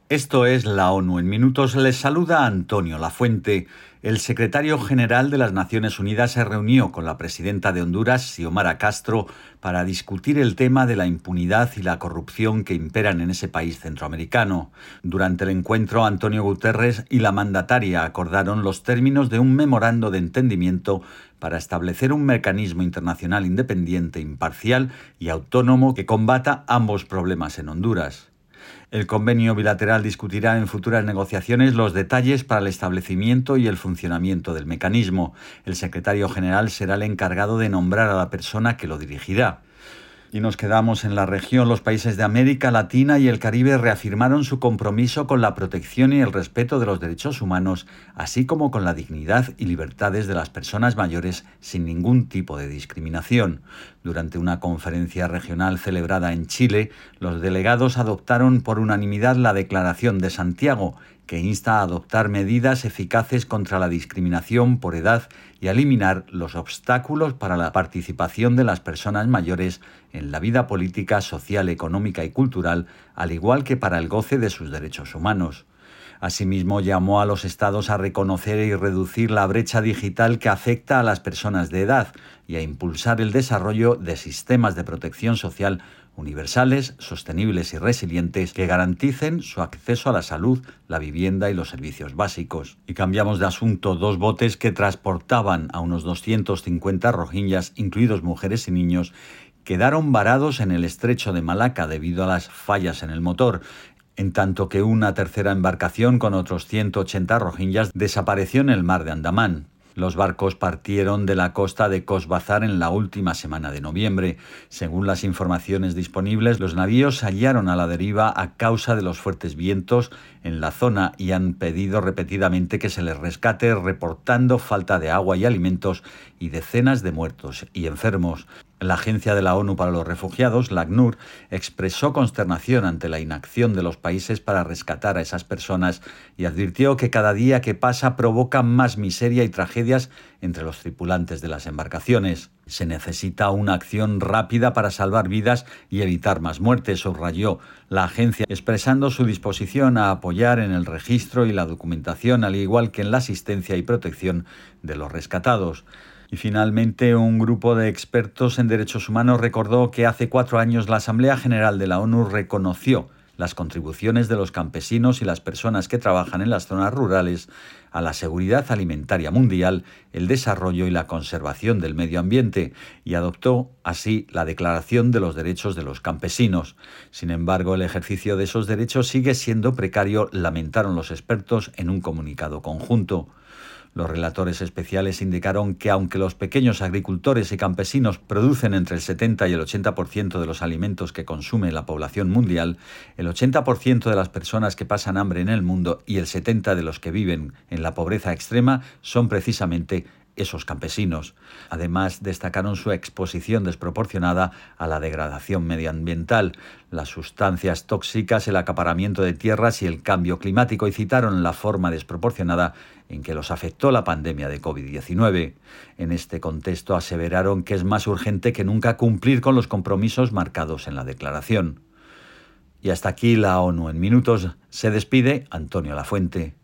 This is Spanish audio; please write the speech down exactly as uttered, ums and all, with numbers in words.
Esto es la ONU en minutos. Les saluda Antonio Lafuente. El secretario general de las Naciones Unidas se reunió con la presidenta de Honduras, Xiomara Castro, para discutir el tema de la impunidad y la corrupción que imperan en ese país centroamericano. Durante el encuentro, Antonio Guterres y la mandataria acordaron los términos de un memorando de entendimiento para establecer un mecanismo internacional independiente, imparcial y autónomo que combata ambos problemas en Honduras. El convenio bilateral discutirá en futuras negociaciones los detalles para el establecimiento y el funcionamiento del mecanismo. El secretario general será el encargado de nombrar a la persona que lo dirigirá. Y nos quedamos en la región. Los países de América Latina y el Caribe reafirmaron su compromiso con la protección y el respeto de los derechos humanos, así como con la dignidad y libertades de las personas mayores sin ningún tipo de discriminación. Durante una conferencia regional celebrada en Chile, los delegados adoptaron por unanimidad la Declaración de Santiago, que insta a adoptar medidas eficaces contra la discriminación por edad y a eliminar los obstáculos para la participación de las personas mayores en la vida política, social, económica y cultural, al igual que para el goce de sus derechos humanos. Asimismo, llamó a los estados a reconocer y reducir la brecha digital que afecta a las personas de edad y a impulsar el desarrollo de sistemas de protección social universales, sostenibles y resilientes que garanticen su acceso a la salud, la vivienda y los servicios básicos. Y cambiamos de asunto. Dos botes que transportaban a unos doscientos cincuenta rohingyas, incluidos mujeres y niños, quedaron varados en el estrecho de Malaca debido a las fallas en el motor, en tanto que una tercera embarcación con otros ciento ochenta rohingyas desapareció en el mar de Andamán. Los barcos partieron de la costa de Cox's Bazar en la última semana de noviembre. Según las informaciones disponibles, los navíos se hallaron a la deriva a causa de los fuertes vientos en la zona y han pedido repetidamente que se les rescate, reportando falta de agua y alimentos y decenas de muertos y enfermos. La Agencia de la ONU para los Refugiados, la ACNUR, expresó consternación ante la inacción de los países para rescatar a esas personas y advirtió que cada día que pasa provoca más miseria y tragedias entre los tripulantes de las embarcaciones. Se necesita una acción rápida para salvar vidas y evitar más muertes, subrayó la agencia, expresando su disposición a apoyar en el registro y la documentación, al igual que en la asistencia y protección de los rescatados. Y finalmente, un grupo de expertos en derechos humanos recordó que hace cuatro años la Asamblea General de la ONU reconoció las contribuciones de los campesinos y las personas que trabajan en las zonas rurales a la seguridad alimentaria mundial, el desarrollo y la conservación del medio ambiente, y adoptó así la Declaración de los Derechos de los Campesinos. Sin embargo, el ejercicio de esos derechos sigue siendo precario, lamentaron los expertos en un comunicado conjunto. Los relatores especiales indicaron que aunque los pequeños agricultores y campesinos producen entre el setenta y el ochenta por ciento de los alimentos que consume la población mundial, el ochenta por ciento de las personas que pasan hambre en el mundo y el setenta por ciento de los que viven en la pobreza extrema son precisamente esos campesinos. Además, destacaron su exposición desproporcionada a la degradación medioambiental, las sustancias tóxicas, el acaparamiento de tierras y el cambio climático, y citaron la forma desproporcionada en que los afectó la pandemia de covid diecinueve. En este contexto aseveraron que es más urgente que nunca cumplir con los compromisos marcados en la declaración. Y hasta aquí la ONU en minutos. Se despide Antonio Lafuente.